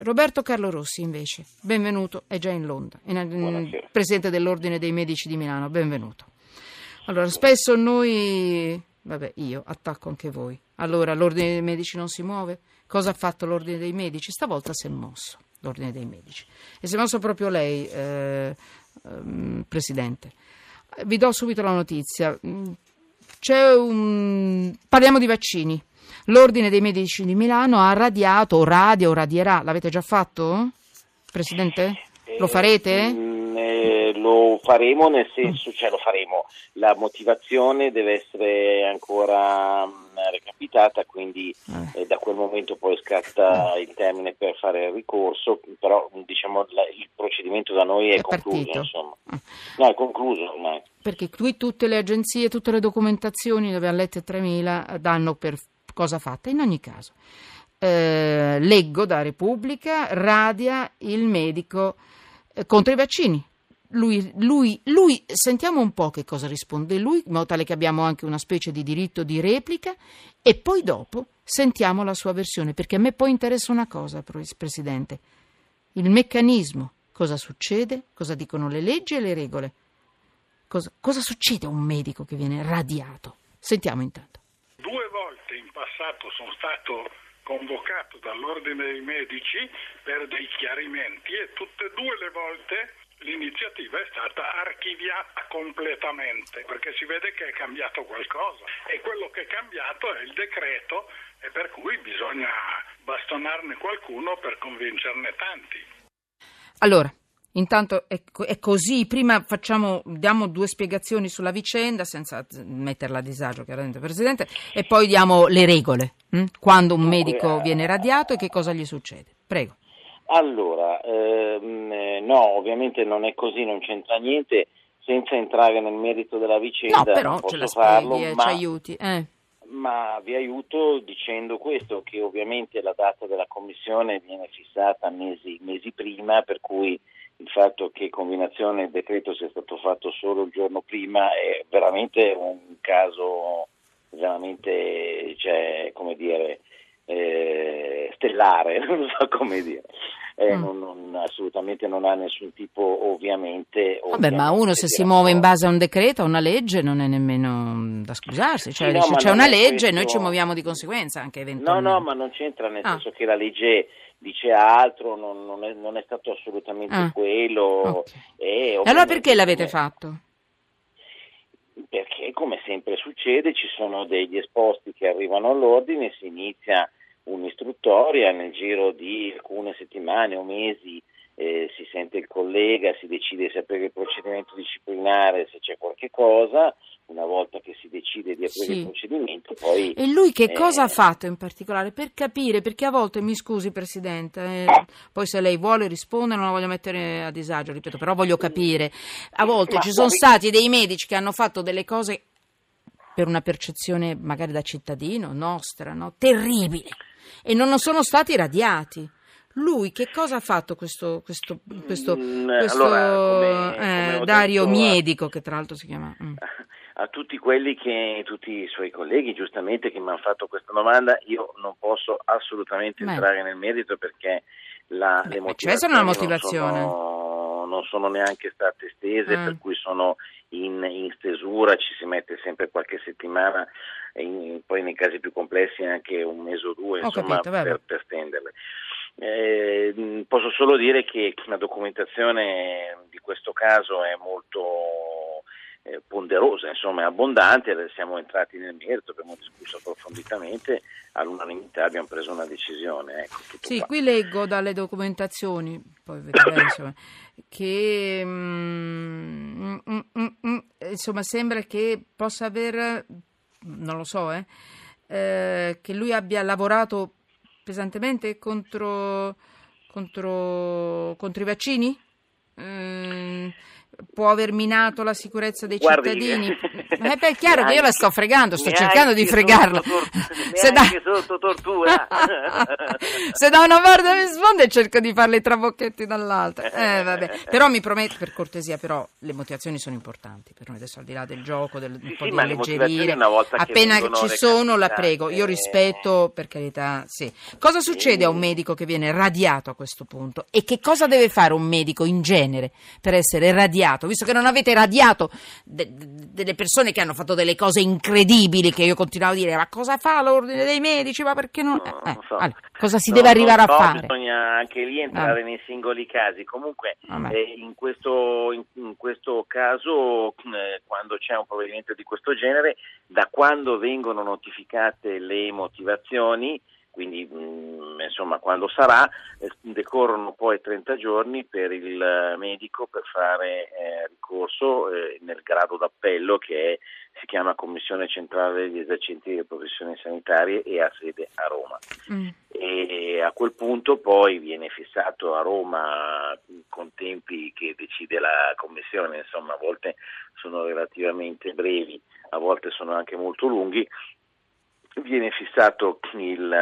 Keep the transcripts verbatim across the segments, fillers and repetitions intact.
Roberto Carlo Rossi invece, benvenuto, è già in Londra, è in, presidente dell'Ordine dei Medici di Milano, benvenuto. Allora, spesso noi, vabbè, io attacco anche voi. Allora, l'Ordine dei Medici non si muove? Cosa ha fatto l'Ordine dei Medici? Stavolta si è mosso l'Ordine dei Medici. E si è mosso proprio lei, eh, eh, Presidente. Vi do subito la notizia. C'è un... Parliamo di vaccini. L'Ordine dei Medici di Milano ha radiato, o radia o radierà. L'avete già fatto, Presidente? Lo farete? Eh, eh, lo faremo, nel senso, cioè lo faremo. La motivazione deve essere ancora mh, recapitata, quindi eh. Eh, da quel momento poi scatta il termine per fare il ricorso, però diciamo la, il procedimento da noi è, è concluso, partito. Insomma. No, è concluso ormai. Perché qui tutte le agenzie, tutte le documentazioni, ne abbiamo lette tremila, danno per cosa fatta. In ogni caso, eh, leggo da Repubblica, radia il medico eh, contro i vaccini. Lui, lui, lui, sentiamo un po' che cosa risponde lui, in modo tale che abbiamo anche una specie di diritto di replica, e poi dopo sentiamo la sua versione, perché a me poi interessa una cosa, Presidente, il meccanismo, cosa succede, cosa dicono le leggi e le regole, cosa, cosa succede a un medico che viene radiato. Sentiamo intanto. Due volte in passato sono stato convocato dall'Ordine dei Medici per dei chiarimenti e tutte e due le volte l'iniziativa è stata archiviata completamente, perché si vede che è cambiato qualcosa e quello che è cambiato è il decreto, e per cui bisogna bastonarne qualcuno per convincerne tanti. Allora, intanto è, è così, prima facciamo, diamo due spiegazioni sulla vicenda senza metterla a disagio chiaramente, Presidente, e poi diamo le regole, hm? Quando un medico viene radiato e che cosa gli succede. Prego. Allora, ehm, no, ovviamente non è così, non c'entra niente, senza entrare nel merito della vicenda, no, però non posso ce la farlo, spieghi, eh, ma, ci aiuti. Eh. ma vi aiuto dicendo questo, che ovviamente la data della commissione viene fissata mesi, mesi prima, per cui il fatto che combinazione il decreto sia stato fatto solo il giorno prima è veramente un caso veramente, cioè, come dire, eh, stellare, non so come dire. Eh, mm. non, non, assolutamente non ha nessun tipo, ovviamente. Vabbè, ovviamente ma uno se si muove in base a un decreto, a una legge, non è nemmeno da scusarsi. Cioè, sì, no, dice, c'è una legge questo... e noi ci muoviamo di conseguenza anche eventualmente. No, no, ma non c'entra, nel ah. senso che la legge dice altro, non, non, è, non è stato assolutamente ah. quello. Okay. E, e allora perché l'avete fatto? Perché, come sempre succede, ci sono degli esposti che arrivano all'ordine, si inizia un'istruttoria, nel giro di alcune settimane o mesi eh, si sente il collega, si decide di sapere il procedimento disciplinare, se c'è qualche cosa, una volta che si decide di aprire sì. il procedimento poi... E lui che eh, cosa ha fatto in particolare? Per capire, perché a volte, mi scusi Presidente, eh, poi se lei vuole rispondere non la voglio mettere a disagio, ripeto, però voglio capire, a volte ci sono stati dei medici che hanno fatto delle cose per una percezione magari da cittadino, nostra, no? Terribile, e non sono stati radiati. Lui che cosa ha fatto questo, questo, questo, mm, questo allora, come, eh, come Dario detto, Miedico, che tra l'altro si chiama... Mm. A tutti quelli che, tutti i suoi colleghi giustamente che mi hanno fatto questa domanda, io non posso assolutamente Beh. entrare nel merito, perché la, Beh, le motivazioni una motivazione. Non, sono, non sono neanche state stese, mm. per cui sono in, in stesura, ci si mette sempre qualche settimana, e in, poi nei casi più complessi anche un mese o due, Ho insomma, capito, per, per stenderle. Eh, posso solo dire che la documentazione di questo caso è molto eh, ponderosa, insomma è abbondante, siamo entrati nel merito, abbiamo discusso approfonditamente, all'unanimità abbiamo preso una decisione. Ecco, tutto sì, qua. Qui leggo dalle documentazioni, poi vedrei, insomma, che mm, mm, mm, mm, insomma sembra che possa aver, non lo so, eh, eh, che lui abbia lavorato pesantemente contro, contro, contro i vaccini? Mm, può aver minato la sicurezza dei Guardi, cittadini. Eh beh, è chiaro che io la sto fregando, sto neanche cercando di fregarla. Sotto, se da... sotto tortura. Se da una parte mi risponde cerco di farle i trabocchetti dall'altra. Eh, vabbè. Però mi prometto, per cortesia, però le motivazioni sono importanti per noi, adesso al di là del gioco, del sì, un po' sì, di ma alleggerire. Appena ci sono la prego, io rispetto, per carità, sì. Cosa succede a un medico che viene radiato a questo punto? E che cosa deve fare un medico in genere per essere radiato? Visto che non avete radiato de- de- delle persone che hanno fatto delle cose incredibili, che io continuavo a dire, ma cosa fa l'ordine dei medici? Ma perché non... No, eh, non so. allora, cosa si no, deve arrivare so, a fare? Bisogna anche lì entrare ah. nei singoli casi. Comunque ah, eh, in, questo, in, in questo caso, eh, quando c'è un provvedimento di questo genere, da quando vengono notificate le motivazioni, quindi mh, insomma quando sarà, eh, decorrono poi trenta giorni per il medico per fare eh, ricorso eh, nel grado d'appello, che è, si chiama Commissione Centrale degli Esercenti delle Professioni Sanitarie e ha sede a Roma. Mm. E a quel punto poi viene fissato a Roma con tempi che decide la Commissione, insomma a volte sono relativamente brevi, a volte sono anche molto lunghi. Viene fissato il,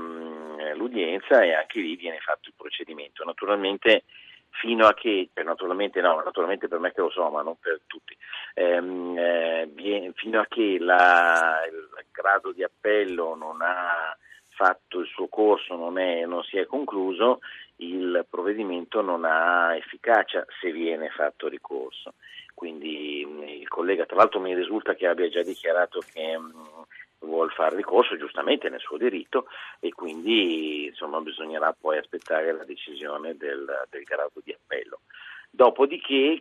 um, l'udienza e anche lì viene fatto il procedimento. Naturalmente fino a che, eh, naturalmente no, naturalmente per me che lo so, ma non per tutti, ehm, eh, viene, fino a che la, il grado di appello non ha fatto il suo corso, non, è, non si è concluso, il provvedimento non ha efficacia se viene fatto ricorso. Quindi il collega, tra l'altro mi risulta che abbia già dichiarato che mh, vuol fare ricorso, giustamente nel suo diritto, e quindi insomma bisognerà poi aspettare la decisione del, del grado di appello. Dopodiché,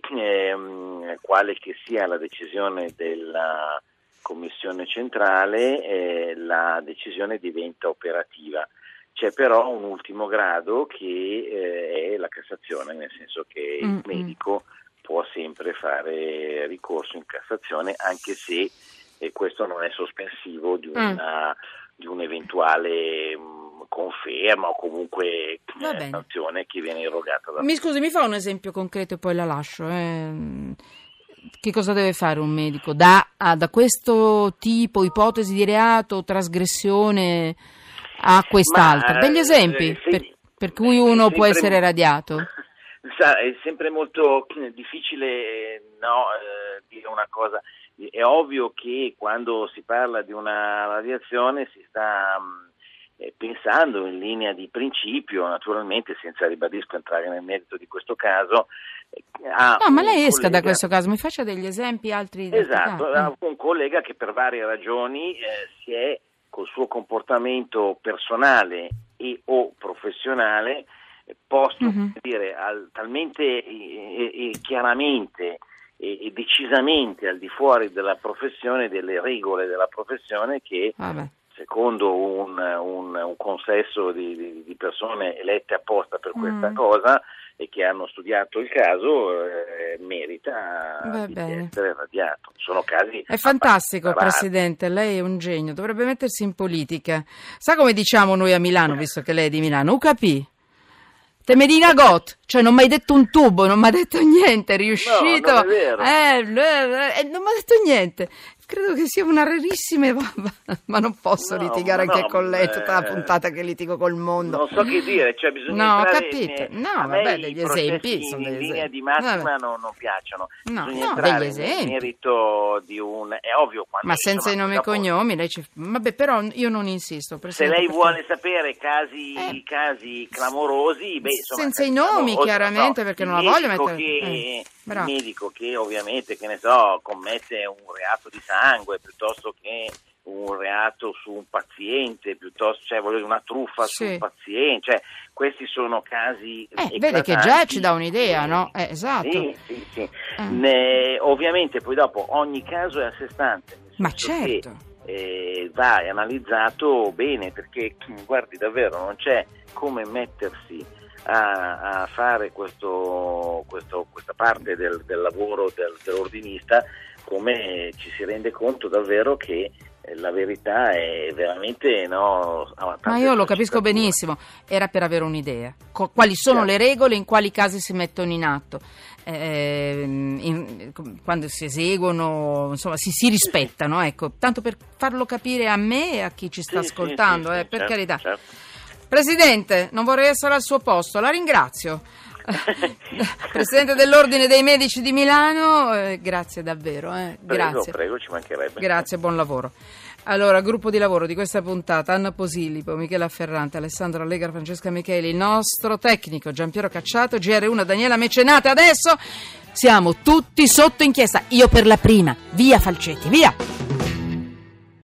ehm, quale che sia la decisione della Commissione Centrale, eh, la decisione diventa operativa. C'è però un ultimo grado che eh, è la Cassazione, nel senso che mm-hmm. il medico può sempre fare ricorso in Cassazione, anche se e questo non è sospensivo di, una, mm. di un'eventuale mh, conferma o comunque eh, sanzione che viene erogata da... Mi scusi, mi fa un esempio concreto e poi la lascio. Eh. Che cosa deve fare un medico? Da, ah, da questo tipo, ipotesi di reato, trasgressione, a quest'altra? Ma, Degli esempi eh, sì, per, per cui uno può essere radiato? Sa, è sempre molto difficile no, eh, dire una cosa. È ovvio che quando si parla di una radiazione si sta mh, eh, pensando in linea di principio, naturalmente senza, ribadisco, entrare nel merito di questo caso. Eh, no, ma lei esca collega... da questo caso, mi faccia degli esempi altri. Esatto, ha un collega che per varie ragioni eh, si è col suo comportamento personale e o professionale eh, posto mm-hmm. per dire al, talmente eh, eh, chiaramente e decisamente al di fuori della professione, delle regole della professione, che Vabbè. secondo un, un, un consesso di, di, di persone elette apposta per questa mm. cosa e che hanno studiato il caso eh, merita Va di bene. essere radiato. Sono casi È fantastico, Presidente, lei è un genio, dovrebbe mettersi in politica. Sa come diciamo noi a Milano, visto che lei è di Milano? U K P. Te Medina Got, cioè non mi hai detto un tubo, non mi ha detto niente, è riuscito, no, non è vero. Eh, eh, eh, non mi ha detto niente. Credo che sia una rarissima, ma non posso no, litigare anche no, con lei eh, tutta la puntata che litigo col mondo. Non so che dire, cioè bisogna No, ho entrare, capito. Ne, No, a vabbè, me degli i esempi sono in degli linea esempi. di massima non, non piacciono. No, bisogna no, entrare degli esempi. nel merito di un è ovvio quando Ma senza i nomi e cognomi, lei ci vabbè, però io non insisto, se lei vuole sapere casi eh. casi clamorosi, beh, insomma, senza i nomi clamorosi, chiaramente, no, perché non la voglio mettere che, eh. il medico che ovviamente, che ne so, commette un reato di sangue piuttosto che un reato su un paziente, piuttosto, cioè voglio dire, una truffa sì. su un paziente, cioè questi sono casi eh, vede che già ci dà un'idea, eh, no? Eh, esatto. Sì, sì, sì. Eh. Ne, ovviamente poi dopo ogni caso è a sé stante. Ma certo. Che, eh, va analizzato bene, perché guardi, davvero non c'è come mettersi a, a fare questo, questo, questa parte del, del lavoro del, dell'ordinista, come ci si rende conto davvero che la verità è veramente no. Ma io lo capisco benissimo, era per avere un'idea. Co- quali sono certo. le regole, in quali casi si mettono in atto. Eh, in, quando si eseguono, insomma, si, si rispettano, ecco, tanto per farlo capire a me e a chi ci sta sì, ascoltando, sì, sì, eh, per certo, carità. Certo. Presidente, non vorrei essere al suo posto, la ringrazio. Presidente dell'Ordine dei Medici di Milano, eh, grazie davvero, eh, grazie. Prego, prego, ci mancherebbe. Grazie, buon lavoro. Allora, gruppo di lavoro di questa puntata: Anna Posillipo, Michela Ferrante, Alessandro Allegra, Francesca Micheli, il nostro tecnico Giampiero Cacciato, G R uno Daniela Mecenate. Adesso siamo tutti sotto inchiesta, io per la prima. Via Falcetti, via!